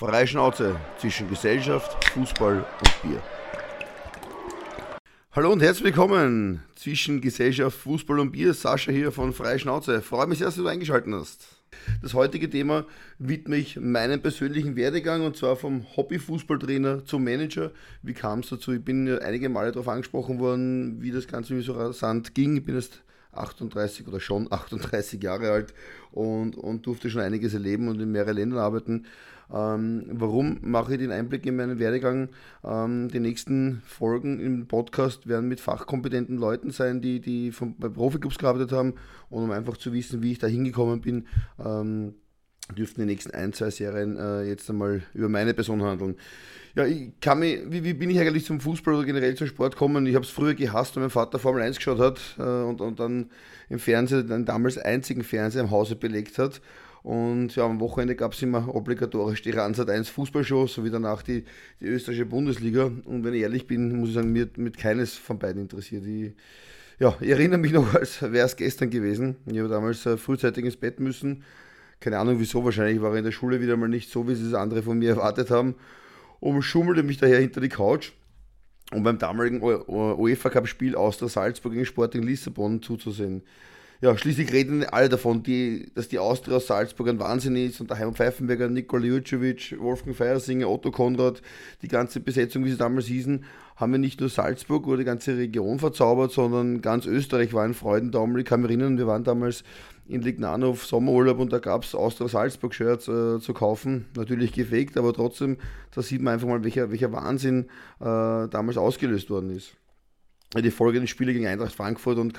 Freie Schnauze zwischen Gesellschaft, Fußball und Bier. Hallo und herzlich willkommen zwischen Gesellschaft, Fußball und Bier. Sascha hier von Freie Schnauze. Freue mich sehr, dass du eingeschaltet hast. Das heutige Thema widme ich meinem persönlichen Werdegang und zwar vom Hobby-Fußballtrainer zum Manager. Wie kam es dazu? Ich bin einige Male darauf angesprochen worden, wie das Ganze mir so rasant ging. Ich bin jetzt 38 oder schon 38 Jahre alt und durfte schon einiges erleben und in mehreren Ländern arbeiten. Warum mache ich den Einblick in meinen Werdegang? Die nächsten Folgen im Podcast werden mit fachkompetenten Leuten sein, die bei Profiklubs gearbeitet haben, und um einfach zu wissen, wie ich da hingekommen bin, dürften die nächsten 1-2 Serien jetzt einmal über meine Person handeln. Ja, wie bin ich eigentlich zum Fußball oder generell zum Sport gekommen? Ich habe es früher gehasst, weil mein Vater Formel 1 geschaut hat und dann im Fernsehen, den damals einzigen Fernseher im Hause belegt hat. Und ja, am Wochenende gab es immer obligatorisch die RAN Sat.1 Fußballshow, sowie danach die österreichische Bundesliga. Und wenn ich ehrlich bin, muss ich sagen, mir mit keines von beiden interessiert. Ich erinnere mich noch, als wäre es gestern gewesen. Ich habe damals frühzeitig ins Bett müssen. Keine Ahnung wieso, wahrscheinlich war ich in der Schule wieder mal nicht so, wie es andere von mir erwartet haben. Und schummelte mich daher hinter die Couch, um beim damaligen UEFA Cup Spiel Austria Salzburg gegen Sporting Lissabon zuzusehen. Ja, schließlich reden alle davon, dass die Austria aus Salzburg ein Wahnsinn ist, und der Heimo Pfeifenberger, Nikola Jurcevic, Wolfgang Feiersinger, Otto Konrad, die ganze Besetzung, wie sie damals hießen, haben wir nicht nur Salzburg oder die ganze Region verzaubert, sondern ganz Österreich war in Freudentaumel. Ich kann mich erinnern, wir waren damals in Lignano auf Sommerurlaub und da gab es Austria Salzburg Shirts zu kaufen, natürlich gefaked, aber trotzdem, da sieht man einfach mal, welcher Wahnsinn damals ausgelöst worden ist. Die folgenden Spiele gegen Eintracht Frankfurt und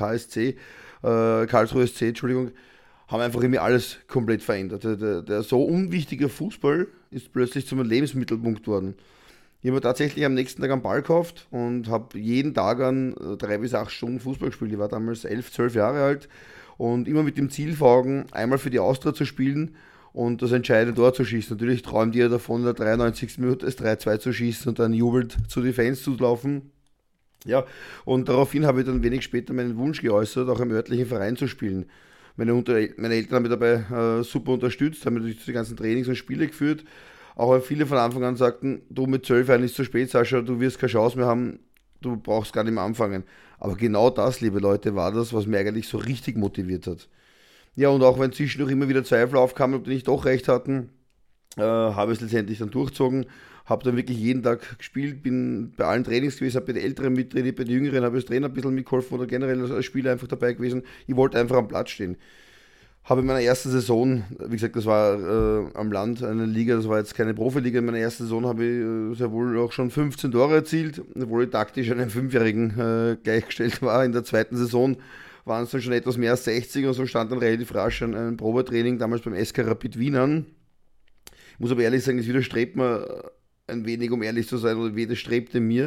Karlsruhe SC, haben einfach irgendwie alles komplett verändert. Der so unwichtige Fußball ist plötzlich zum Lebensmittelpunkt worden. Ich habe tatsächlich am nächsten Tag einen Ball gekauft und habe jeden Tag an 3 bis 8 Stunden Fußball gespielt. Ich war damals 11, 12 Jahre alt und immer mit dem Ziel vor Augen, einmal für die Austria zu spielen und das entscheidende Tor zu schießen. Natürlich träumt jeder davon, in der 93. Minute das 3-2 zu schießen und dann jubelt zu den Fans zu laufen. Ja, und daraufhin habe ich dann wenig später meinen Wunsch geäußert, auch im örtlichen Verein zu spielen. Meine Eltern haben mich dabei super unterstützt, haben mich durch die ganzen Trainings und Spiele geführt. Auch wenn viele von Anfang an sagten, du mit 12 Jahren ist zu spät, Sascha, du wirst keine Chance mehr haben, du brauchst gar nicht mehr anfangen. Aber genau das, liebe Leute, war das, was mich eigentlich so richtig motiviert hat. Ja, und auch wenn zwischendurch immer wieder Zweifel aufkamen, ob die nicht doch recht hatten, habe ich es letztendlich dann durchgezogen. Habe dann wirklich jeden Tag gespielt, bin bei allen Trainings gewesen, habe bei den Älteren mittrainiert, bei den Jüngeren habe ich als Trainer ein bisschen mitgeholfen oder generell als Spieler einfach dabei gewesen. Ich wollte einfach am Platz stehen. Habe in meiner ersten Saison, wie gesagt, das war am Land eine Liga, das war jetzt keine Profiliga, in meiner ersten Saison habe ich sehr wohl auch schon 15 Tore erzielt, obwohl ich taktisch einem 5-Jährigen gleichgestellt war. In der zweiten Saison waren es dann schon etwas mehr als 60 und so stand dann relativ rasch ein Probetraining, damals beim SK Rapid Wien an. Ich muss aber ehrlich sagen, es widerstrebt mir ein wenig, um ehrlich zu sein, oder widerstrebte mir,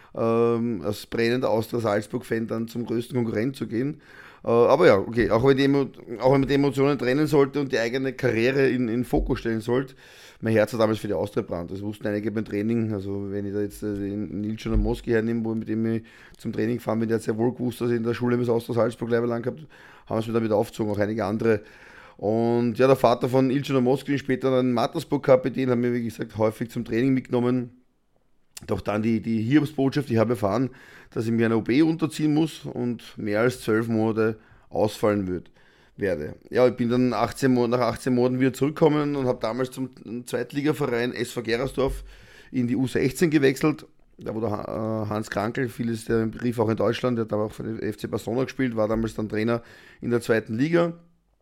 als brennender Austria Salzburg-Fan dann zum größten Konkurrent zu gehen. Aber ja, okay, auch wenn man die Emotionen trennen sollte und die eigene Karriere in den Fokus stellen sollte, mein Herz hat damals für die Austria gebrannt. Das wussten einige beim Training. Also wenn ich da jetzt den Ilcan Moski hernehme, mit dem ich zum Training gefahren bin, der hat sehr wohl gewusst, dass ich in der Schule mit Austria Salzburg gleich lang gehabt, haben es mir damit aufgezogen, auch einige andere. Und ja, der Vater von Ilcan Moski, später dann Mattersburg-Kapitän, haben mir, wie gesagt, häufig zum Training mitgenommen. Doch dann die Hiobsbotschaft, ich habe erfahren, dass ich mir einer OP unterziehen muss und mehr als 12 Monate ausfallen werde. Ja, ich bin dann nach 18 Monaten wieder zurückgekommen und habe damals zum Zweitligaverein SV Gerasdorf in die U16 gewechselt. Da wo der Hans Krankl, vieles der Brief auch in Deutschland, der hat aber auch für den FC Barcelona gespielt, war damals dann Trainer in der zweiten Liga.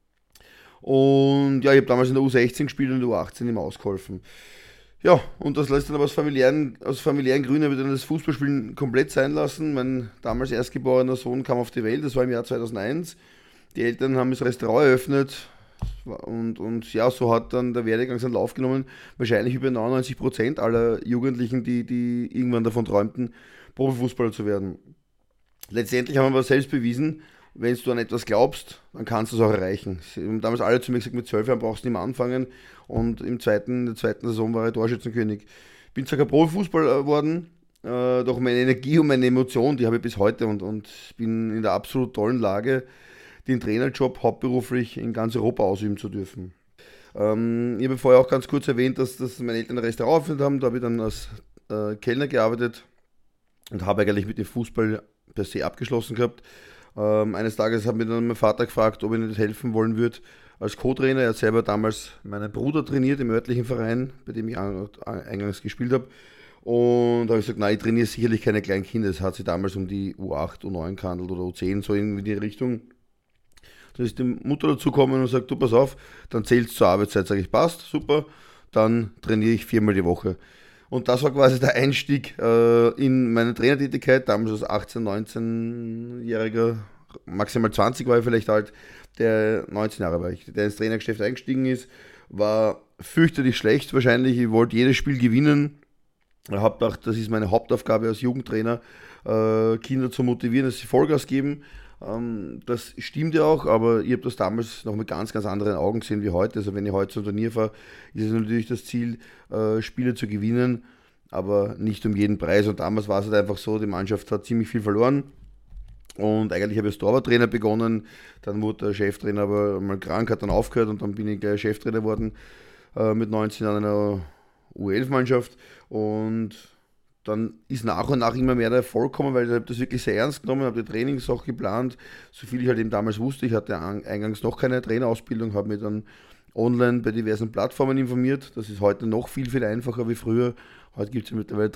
Und ja, ich habe damals in der U16 gespielt und in der U18 ihm ausgeholfen. Ja, und das lässt dann aber aus familiären Gründen habe ich dann das Fußballspielen komplett sein lassen. Mein damals erstgeborener Sohn kam auf die Welt, das war im Jahr 2001. Die Eltern haben das Restaurant eröffnet und ja, so hat dann der Werdegang seinen Lauf genommen. Wahrscheinlich über 99% aller Jugendlichen, die irgendwann davon träumten, Profifußballer zu werden. Letztendlich haben wir aber selbst bewiesen, wenn du an etwas glaubst, dann kannst du es auch erreichen. Sie haben damals alle zu mir gesagt, mit 12 Jahren brauchst du nicht mehr anfangen. Und in der zweiten Saison war ich Torschützenkönig. Bin zwar kein Profifußballer geworden, doch meine Energie und meine Emotion, die habe ich bis heute und bin in der absolut tollen Lage, den Trainerjob hauptberuflich in ganz Europa ausüben zu dürfen. Ich habe vorher auch ganz kurz erwähnt, dass meine Eltern ein Restaurant eröffnet haben. Da habe ich dann als Kellner gearbeitet und habe eigentlich mit dem Fußball per se abgeschlossen gehabt. Eines Tages hat mir dann mein Vater gefragt, ob ich nicht helfen wollen würde als Co-Trainer. Er hat selber damals meinen Bruder trainiert im örtlichen Verein, bei dem ich eingangs gespielt habe. Und da habe ich gesagt, nein, ich trainiere sicherlich keine kleinen Kinder. Es hat sich damals um die U8, U9 gehandelt oder U10, so irgendwie in die Richtung. Da ist die Mutter dazugekommen und sagt, du pass auf, dann zählst du zur Arbeitszeit. Sage ich, passt, super, dann trainiere ich 4-mal die Woche. Und das war quasi der Einstieg in meine Trainertätigkeit, damals als 18-, 19-Jähriger, maximal 20 war ich vielleicht alt, der 19 Jahre war ich, der ins Trainergeschäft eingestiegen ist, war fürchterlich schlecht wahrscheinlich, ich wollte jedes Spiel gewinnen. Ich habe gedacht, das ist meine Hauptaufgabe als Jugendtrainer, Kinder zu motivieren, dass sie Vollgas geben. Das stimmt ja auch, aber ich habe das damals noch mit ganz, ganz anderen Augen gesehen wie heute. Also wenn ich heute zum Turnier fahre, ist es natürlich das Ziel, Spiele zu gewinnen, aber nicht um jeden Preis. Und damals war es halt einfach so, die Mannschaft hat ziemlich viel verloren. Und eigentlich habe ich als Torwarttrainer begonnen, dann wurde der Cheftrainer aber mal krank, hat dann aufgehört und dann bin ich gleich Cheftrainer geworden mit 19 an einer U11-Mannschaft und dann ist nach und nach immer mehr der Erfolg gekommen, weil ich habe das wirklich sehr ernst genommen, habe die Trainings auch geplant, so viel ich halt eben damals wusste. Ich hatte eingangs noch keine Trainerausbildung, habe mich dann online bei diversen Plattformen informiert. Das ist heute noch viel, viel einfacher wie früher. Heute gibt es ja mittlerweile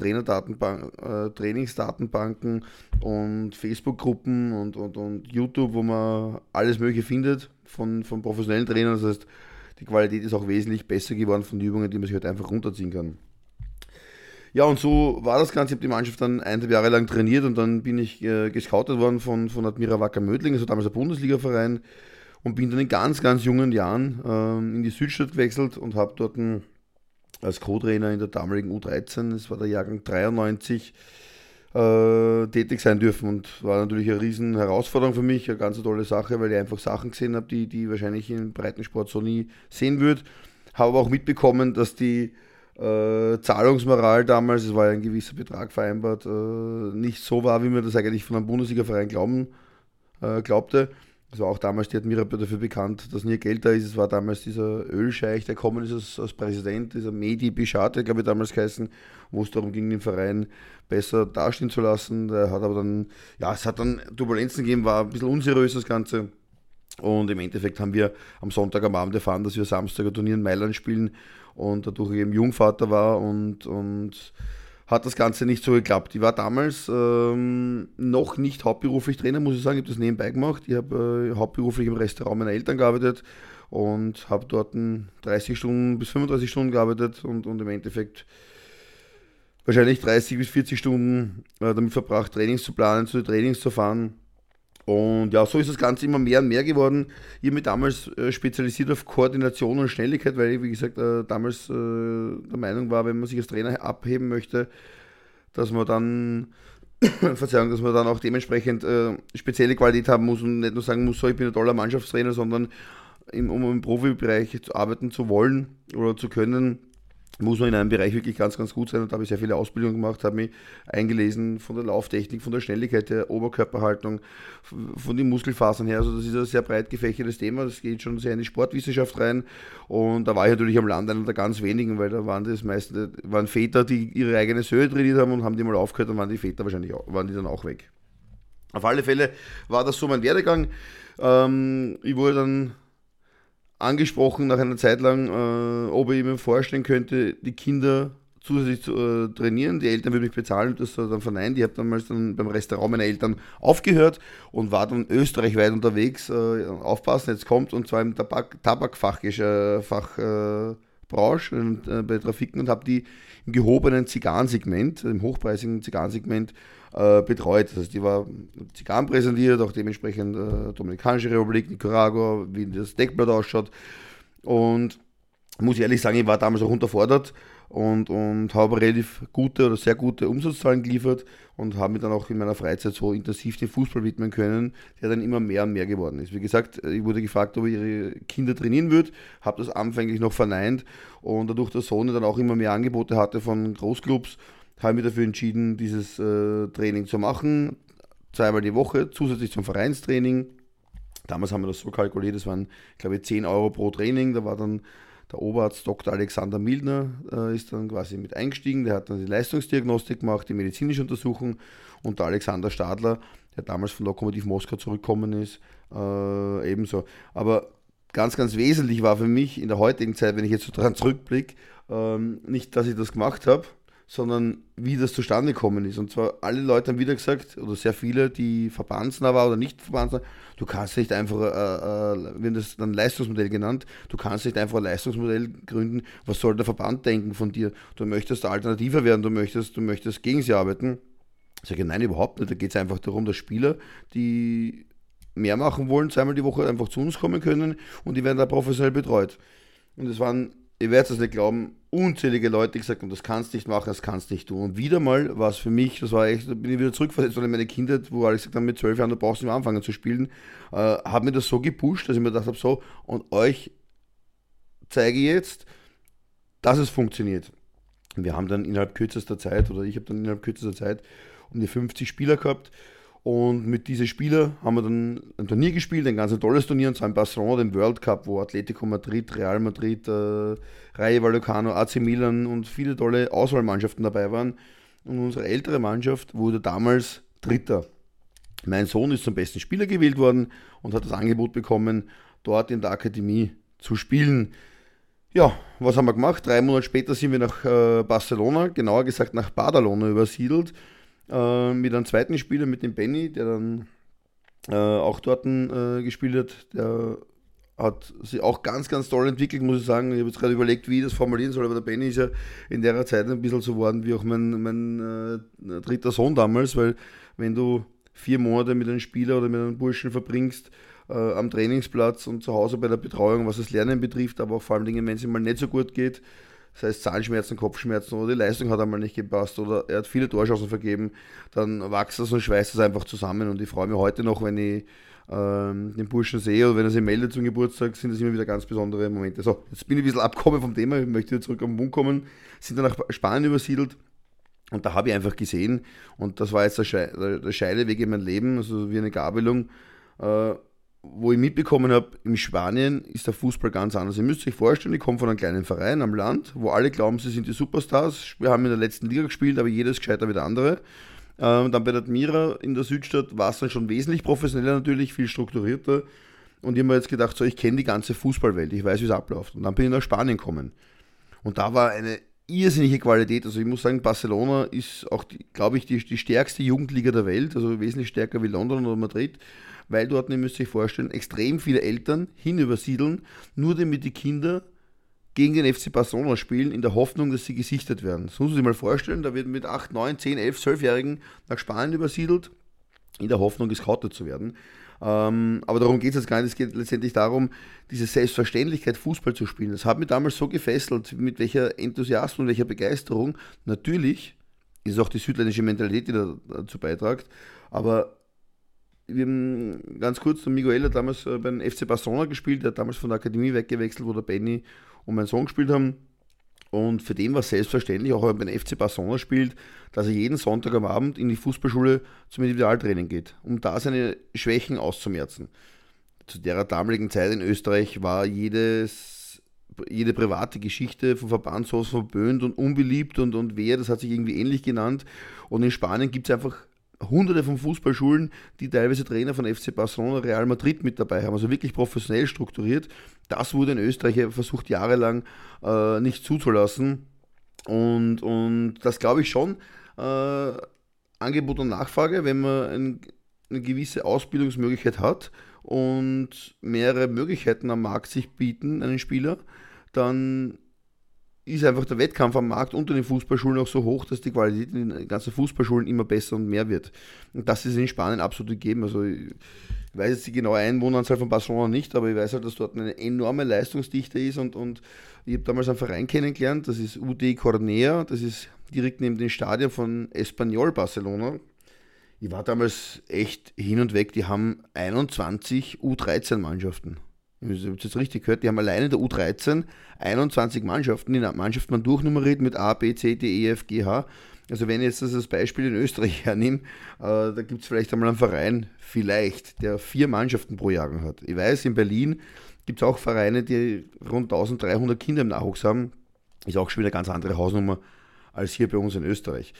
Trainingsdatenbanken und Facebook-Gruppen und YouTube, wo man alles Mögliche findet von professionellen Trainern. Das heißt, die Qualität ist auch wesentlich besser geworden von den Übungen, die man sich halt einfach runterziehen kann. Ja, und so war das Ganze. Ich habe die Mannschaft dann 1,5 Jahre lang trainiert und dann bin ich gescoutet worden von Admira Wacker Mödling, also damals ein Bundesliga-Verein, und bin dann in ganz, ganz jungen Jahren in die Südstadt gewechselt und habe dort als Co-Trainer in der damaligen U13, das war der Jahrgang 93, tätig sein dürfen und war natürlich eine riesen Herausforderung für mich, eine ganz tolle Sache, weil ich einfach Sachen gesehen habe, die wahrscheinlich im Breitensport so nie sehen würde. Habe aber auch mitbekommen, dass die Zahlungsmoral damals, es war ja ein gewisser Betrag vereinbart, nicht so war, wie man das eigentlich von einem Bundesliga-Verein glaubte. Es war auch damals die Admira dafür bekannt, dass nie Geld da ist. Es war damals dieser Ölscheich, der gekommen ist als Präsident, dieser Mehdi Bishate, glaube ich damals geheißen, wo es darum ging, den Verein besser dastehen zu lassen. Der hat aber dann, ja, es hat dann Turbulenzen gegeben, war ein bisschen unseriös das Ganze. Und im Endeffekt haben wir am Sonntag am Abend erfahren, dass wir Samstag ein Turnier in Mailand spielen und dadurch eben Jungvater war und hat das Ganze nicht so geklappt. Ich war damals noch nicht hauptberuflich Trainer, muss ich sagen. Ich habe das nebenbei gemacht. Ich habe hauptberuflich im Restaurant meiner Eltern gearbeitet und habe dort 30 Stunden bis 35 Stunden gearbeitet und im Endeffekt wahrscheinlich 30 bis 40 Stunden damit verbracht, Trainings zu planen, zu den Trainings zu fahren. Und ja, so ist das Ganze immer mehr und mehr geworden. Ich habe mich damals spezialisiert auf Koordination und Schnelligkeit, weil ich, wie gesagt, damals der Meinung war, wenn man sich als Trainer abheben möchte, dass man dann, Verzeihung, dass man dann auch dementsprechend spezielle Qualität haben muss und nicht nur sagen muss, so, ich bin ein toller Mannschaftstrainer, sondern um im Profibereich zu arbeiten zu wollen oder zu können, muss man in einem Bereich wirklich ganz, ganz gut sein. Und da habe ich sehr viele Ausbildungen gemacht, habe mich eingelesen von der Lauftechnik, von der Schnelligkeit der Oberkörperhaltung, von den Muskelfasern her. Also das ist ein sehr breit gefächertes Thema, das geht schon sehr in die Sportwissenschaft rein. Und da war ich natürlich am Land einer der ganz wenigen, weil da waren das meisten, waren Väter, die ihre eigenen Söhne trainiert haben und haben die mal aufgehört, dann waren die Väter wahrscheinlich auch, waren die dann auch weg. Auf alle Fälle war das so mein Werdegang. Ich wurde dann angesprochen nach einer Zeit lang, ob ich mir vorstellen könnte, die Kinder zusätzlich zu trainieren. Die Eltern würden mich bezahlen, das hat dann verneint. Ich habe damals dann beim Restaurant meiner Eltern aufgehört und war dann österreichweit unterwegs. Aufpassen, jetzt kommt, und zwar im Tabakfachbranche bei Trafiken, und habe die im gehobenen Zigarrensegment, im hochpreisigen Zigarrensegment betreut. Das heißt, die war Zigarren präsentiert, auch dementsprechend Dominikanische Republik, Nicaragua, wie das Deckblatt ausschaut. Und muss ich ehrlich sagen, ich war damals auch unterfordert und habe relativ gute oder sehr gute Umsatzzahlen geliefert und habe mich dann auch in meiner Freizeit so intensiv dem Fußball widmen können, der dann immer mehr und mehr geworden ist. Wie gesagt, ich wurde gefragt, ob ich ihre Kinder trainieren würde, habe das anfänglich noch verneint, und dadurch, dass Sony dann auch immer mehr Angebote hatte von Großclubs, habe ich mich dafür entschieden, dieses Training zu machen, 2-mal die Woche, zusätzlich zum Vereinstraining. Damals haben wir das so kalkuliert, das waren, glaube ich, 10 Euro pro Training, da war dann Der Oberarzt Dr. Alexander Milner ist dann quasi mit eingestiegen, der hat dann die Leistungsdiagnostik gemacht, die medizinische Untersuchung, und der Alexander Stadler, der damals von Lokomotiv Moskau zurückgekommen ist, ebenso. Aber ganz, ganz wesentlich war für mich in der heutigen Zeit, wenn ich jetzt so dran zurückblicke, nicht, dass ich das gemacht habe, sondern wie das zustande gekommen ist. Und zwar alle Leute haben wieder gesagt, oder sehr viele, die verbandsnah waren oder nicht verbandsnah, du kannst nicht einfach, wir haben das dann Leistungsmodell genannt, du kannst nicht einfach ein Leistungsmodell gründen, was soll der Verband denken von dir? Du möchtest alternativer werden, du möchtest gegen sie arbeiten. Ich sage, nein, überhaupt nicht. Da geht es einfach darum, dass Spieler, die mehr machen wollen, zweimal die Woche einfach zu uns kommen können, und die werden da professionell betreut. Und es waren, ihr werdet es nicht glauben, unzählige Leute, die gesagt haben, das kannst du nicht machen, das kannst du nicht tun. Und wieder mal war es für mich, das war echt, da bin ich wieder zurückversetzt in meine Kindheit, wo alle gesagt haben, mit 12 Jahren, da brauchst du nicht mehr anfangen zu spielen, hat mir das so gepusht, dass ich mir gedacht habe, so, und euch zeige ich jetzt, dass es funktioniert. Und wir haben dann innerhalb kürzester Zeit, oder ich habe dann innerhalb kürzester Zeit um die 50 Spieler gehabt. Und mit diesen Spielern haben wir dann ein Turnier gespielt, ein ganz tolles Turnier, und zwar in Barcelona, den World Cup, wo Atletico Madrid, Real Madrid, Rayo Vallecano, AC Milan und viele tolle Auswahlmannschaften dabei waren. Und unsere ältere Mannschaft wurde damals Dritter. Mein Sohn ist zum besten Spieler gewählt worden und hat das Angebot bekommen, dort in der Akademie zu spielen. Ja, was haben wir gemacht? 3 Monate später sind wir nach Barcelona, genauer gesagt nach Badalona übersiedelt, mit einem zweiten Spieler, mit dem Benny, der dann auch dort gespielt hat. Der hat sich auch ganz, ganz toll entwickelt, muss ich sagen. Ich habe jetzt gerade überlegt, wie ich das formulieren soll, aber der Benny ist ja in der Zeit ein bisschen so geworden wie auch mein dritter Sohn damals, weil wenn du 4 Monate mit einem Spieler oder mit einem Burschen verbringst, am Trainingsplatz und zu Hause bei der Betreuung, was das Lernen betrifft, aber auch vor allem Dingen, wenn es ihm mal nicht so gut geht, das heißt Zahnschmerzen, Kopfschmerzen oder die Leistung hat einmal nicht gepasst oder er hat viele Torschancen vergeben, dann wächst das und schweißt das einfach zusammen. Und ich freue mich heute noch, wenn ich den Burschen sehe oder wenn er sich meldet zum Geburtstag, sind das immer wieder ganz besondere Momente. So, jetzt bin ich ein bisschen abgekommen vom Thema, ich möchte wieder zurück am Punkt kommen, sind dann nach Spanien übersiedelt. Und da habe ich einfach gesehen, und das war jetzt der Scheideweg in mein Leben, also wie eine Gabelung, wo ich mitbekommen habe, in Spanien ist der Fußball ganz anders. Ihr müsst euch vorstellen, ich komme von einem kleinen Verein am Land, wo alle glauben, sie sind die Superstars. Wir haben in der letzten Liga gespielt, aber jeder ist gescheiter wie der andere. Dann bei der Admira in der Südstadt war es dann schon wesentlich professioneller natürlich, viel strukturierter. Und ich habe mir jetzt gedacht, so, ich kenne die ganze Fußballwelt, ich weiß, wie es abläuft. Und dann bin ich nach Spanien gekommen. Und da war eine irrsinnige Qualität. Also ich muss sagen, Barcelona ist auch, glaube ich, die stärkste Jugendliga der Welt, also wesentlich stärker wie London oder Madrid, weil dort, ihr müsst euch vorstellen, extrem viele Eltern hinübersiedeln, nur damit die Kinder gegen den FC Barcelona spielen, in der Hoffnung, dass sie gesichtet werden. Das muss man sich mal vorstellen, da wird mit 8, 9, 10, 11, 12-Jährigen nach Spanien übersiedelt, in der Hoffnung, gescoutet zu werden. Aber darum geht es jetzt gar nicht. Es geht letztendlich darum, diese Selbstverständlichkeit, Fußball zu spielen. Das hat mich damals so gefesselt, mit welcher Enthusiasmus und welcher Begeisterung. Natürlich ist es auch die südländische Mentalität, die dazu beiträgt, aber wir haben ganz kurz, der Miguel hat damals beim FC Barcelona gespielt, der hat damals von der Akademie weggewechselt, wo der Benny und mein Sohn gespielt haben. Und für den war es selbstverständlich, auch wenn er beim FC Barcelona spielt, dass er jeden Sonntag am Abend in die Fußballschule zum Individualtraining geht, um da seine Schwächen auszumerzen. Zu der damaligen Zeit in Österreich war jede private Geschichte vom Verband so verböhnt und unbeliebt und wer, das hat sich irgendwie ähnlich genannt. Und in Spanien gibt es einfach hunderte von Fußballschulen, die teilweise Trainer von FC Barcelona, Real Madrid mit dabei haben, also wirklich professionell strukturiert. Das wurde in Österreich versucht jahrelang nicht zuzulassen, und das glaube ich schon, Angebot und Nachfrage, wenn man eine gewisse Ausbildungsmöglichkeit hat und mehrere Möglichkeiten am Markt sich bieten, einen Spieler, dann ist einfach der Wettkampf am Markt unter den Fußballschulen auch so hoch, dass die Qualität in den ganzen Fußballschulen immer besser und mehr wird. Und das ist in Spanien absolut gegeben. Also ich weiß jetzt die genaue Einwohneranzahl von Barcelona nicht, aber ich weiß halt, dass dort eine enorme Leistungsdichte ist, und ich habe damals einen Verein kennengelernt, das ist UD Cornellà, das ist direkt neben dem Stadion von Espanyol Barcelona. Ich war damals echt hin und weg, die haben 21 U13-Mannschaften. Ich habe jetzt richtig gehört, die haben alleine in der U13 21 Mannschaften, die Mannschaften man durchnummeriert mit A, B, C, D, E, F, G, H. Also wenn ich jetzt das als Beispiel in Österreich hernehme, da gibt es vielleicht einmal einen Verein, vielleicht, der 4 Mannschaften pro Jahrgang hat. Ich weiß, in Berlin gibt es auch Vereine, die rund 1300 Kinder im Nachwuchs haben. Ist auch schon wieder eine ganz andere Hausnummer als hier bei uns in Österreich.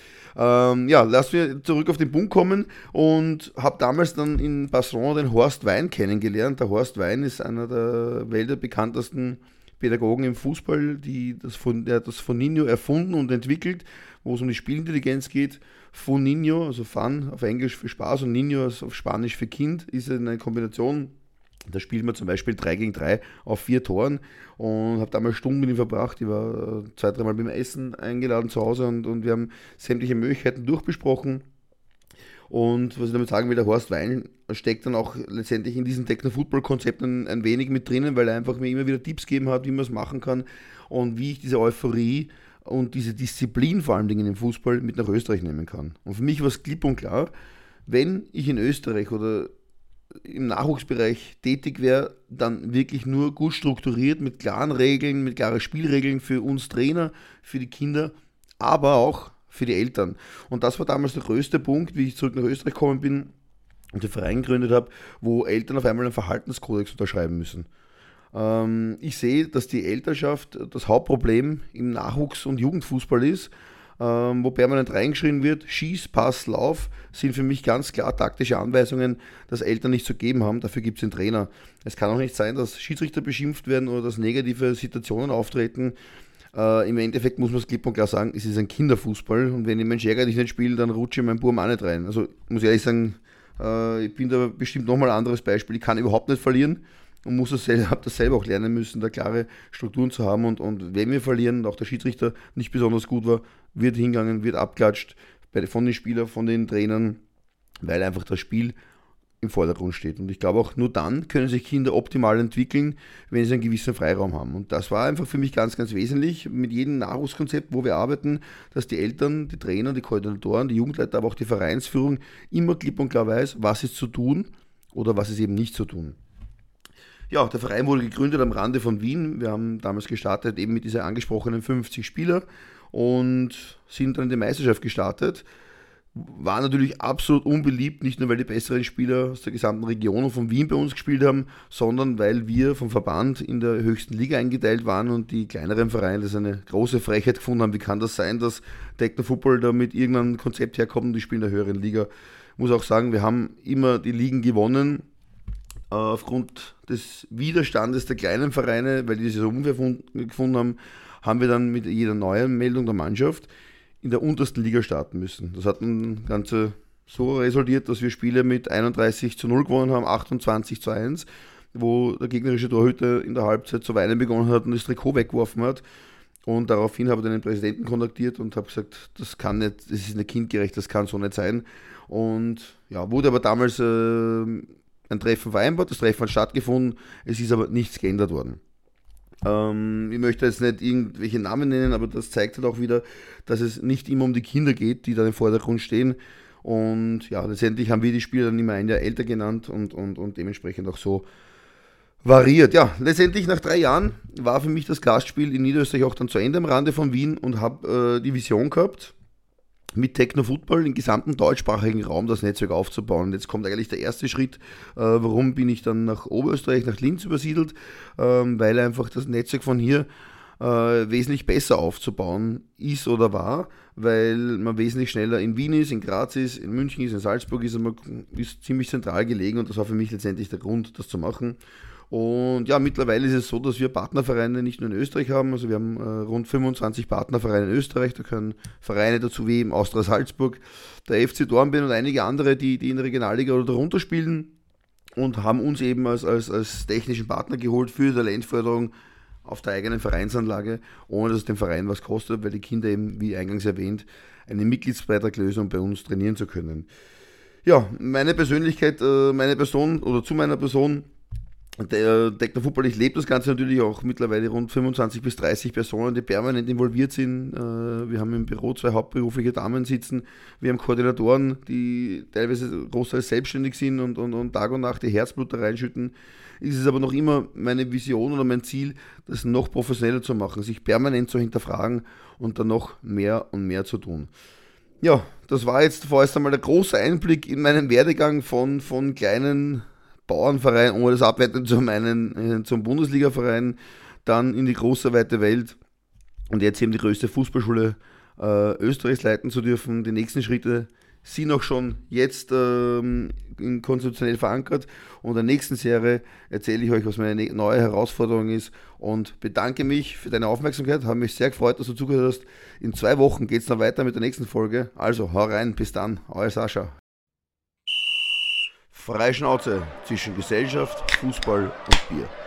Lass mir zurück auf den Punkt kommen und habe damals dann in Barcelona den Horst Wein kennengelernt. Der Horst Wein ist einer der weltbekanntesten Pädagogen im Fußball, der hat das Foninho erfunden und entwickelt, wo es um die Spielintelligenz geht. Foninho, also Fun auf Englisch für Spaß und Niño auf Spanisch für Kind, ist eine Kombination. Da spielt man zum Beispiel 3 gegen 3 auf 4 Toren und habe damals Stunden mit ihm verbracht. Ich war 2-3 Mal beim Essen eingeladen zu Hause und wir haben sämtliche Möglichkeiten durchbesprochen. Und was ich damit sagen will, der Horst Wein steckt dann auch letztendlich in diesem Techno-Football-Konzept ein wenig mit drinnen, weil er einfach mir immer wieder Tipps gegeben hat, wie man es machen kann und wie ich diese Euphorie und diese Disziplin vor allen Dingen im Fußball mit nach Österreich nehmen kann. Und für mich war es klipp und klar, wenn ich in Österreich oder im Nachwuchsbereich tätig wäre, dann wirklich nur gut strukturiert, mit klaren Regeln, mit klaren Spielregeln für uns Trainer, für die Kinder, aber auch für die Eltern. Und das war damals der größte Punkt, wie ich zurück nach Österreich gekommen bin und den Verein gegründet habe, wo Eltern auf einmal einen Verhaltenskodex unterschreiben müssen. Ich sehe, dass die Elternschaft das Hauptproblem im Nachwuchs- und Jugendfußball ist, wo permanent reingeschrien wird, Schieß, Pass, Lauf, sind für mich ganz klar taktische Anweisungen, dass Eltern nicht zu geben haben. Dafür gibt es den Trainer. Es kann auch nicht sein, dass Schiedsrichter beschimpft werden oder dass negative Situationen auftreten. Im Endeffekt muss man es klipp und klar sagen, es ist ein Kinderfußball und wenn ich meinen Scherger nicht spiele, dann rutsche ich meinen Buben auch nicht rein. Also muss ich ehrlich sagen, ich bin da bestimmt nochmal ein anderes Beispiel. Ich kann überhaupt nicht verlieren und habe das selber auch lernen müssen, da klare Strukturen zu haben und wenn wir verlieren und auch der Schiedsrichter nicht besonders gut war, wird hingegangen, wird abklatscht von den Spielern, von den Trainern, weil einfach das Spiel im Vordergrund steht. Und ich glaube auch nur dann können sich Kinder optimal entwickeln, wenn sie einen gewissen Freiraum haben. Und das war einfach für mich ganz, ganz wesentlich mit jedem Nachwuchskonzept, wo wir arbeiten, dass die Eltern, die Trainer, die Koordinatoren, die Jugendleiter, aber auch die Vereinsführung immer klipp und klar weiß, was ist zu tun oder was ist eben nicht zu tun. Ja, der Verein wurde gegründet am Rande von Wien. Wir haben damals gestartet eben mit dieser angesprochenen 50 Spieler und sind dann in die Meisterschaft gestartet. War natürlich absolut unbeliebt, nicht nur weil die besseren Spieler aus der gesamten Region und von Wien bei uns gespielt haben, sondern weil wir vom Verband in der höchsten Liga eingeteilt waren und die kleineren Vereine das eine große Frechheit gefunden haben. Wie kann das sein, dass Techno Football da mit irgendeinem Konzept herkommt und die spielen in der höheren Liga? Ich muss auch sagen, wir haben immer die Ligen gewonnen, aufgrund des Widerstandes der kleinen Vereine, weil die das so unfair gefunden haben wir dann mit jeder neuen Meldung der Mannschaft in der untersten Liga starten müssen. Das hat dann Ganze so resultiert, dass wir Spiele mit 31:0 gewonnen haben, 28:1, wo der gegnerische Torhüter in der Halbzeit zu weinen begonnen hat und das Trikot weggeworfen hat. Und daraufhin habe ich den Präsidenten kontaktiert und habe gesagt, das kann nicht, das ist nicht kindgerecht, das kann so nicht sein. Und ja, wurde aber damals ein Treffen vereinbart, das Treffen hat stattgefunden, es ist aber nichts geändert worden. Ich möchte jetzt nicht irgendwelche Namen nennen, aber das zeigt halt auch wieder, dass es nicht immer um die Kinder geht, die da im Vordergrund stehen. Und ja, letztendlich haben wir die Spieler dann immer ein Jahr älter genannt und dementsprechend auch so variiert. Ja, letztendlich nach 3 Jahren war für mich das Gastspiel in Niederösterreich auch dann zu Ende am Rande von Wien und habe die Vision gehabt, mit Techno Football im gesamten deutschsprachigen Raum das Netzwerk aufzubauen. Und jetzt kommt eigentlich der erste Schritt, warum bin ich dann nach Oberösterreich, nach Linz übersiedelt, weil einfach das Netzwerk von hier wesentlich besser aufzubauen ist oder war, weil man wesentlich schneller in Wien ist, in Graz ist, in München ist, in Salzburg ist, man ist ziemlich zentral gelegen und das war für mich letztendlich der Grund, das zu machen. Und ja, mittlerweile ist es so, dass wir Partnervereine nicht nur in Österreich haben, also wir haben rund 25 Partnervereine in Österreich, da können Vereine dazu wie eben Austria Salzburg, der FC Dornbirn und einige andere, die in der Regionalliga oder darunter spielen und haben uns eben als technischen Partner geholt für die Talentförderung auf der eigenen Vereinsanlage, ohne dass es dem Verein was kostet, weil die Kinder eben, wie eingangs erwähnt, einen Mitgliedsbeitrag lösen, um bei uns trainieren zu können. Ja, meine Persönlichkeit, meine Person oder zu meiner Person, der Techno Football, ich lebe das Ganze natürlich auch mittlerweile rund 25 bis 30 Personen, die permanent involviert sind. Wir haben im Büro 2 hauptberufliche Damen sitzen. Wir haben Koordinatoren, die teilweise großteils selbstständig sind und Tag und Nacht ihr Herzblut da reinschütten. Es ist aber noch immer meine Vision oder mein Ziel, das noch professioneller zu machen, sich permanent zu hinterfragen und dann noch mehr und mehr zu tun. Ja, das war jetzt vorerst einmal der große Einblick in meinen Werdegang von kleinen Bauernverein, ohne das abwerten zum Bundesliga-Verein, dann in die große, weite Welt und jetzt eben die größte Fußballschule Österreichs leiten zu dürfen. Die nächsten Schritte sind auch schon jetzt konzeptionell verankert und in der nächsten Serie erzähle ich euch, was meine neue Herausforderung ist und bedanke mich für deine Aufmerksamkeit. Habe mich sehr gefreut, dass du zugehört hast. In 2 Wochen geht es dann weiter mit der nächsten Folge. Also hau rein, bis dann, euer Sascha. Freie Schnauze zwischen Gesellschaft, Fußball und Bier.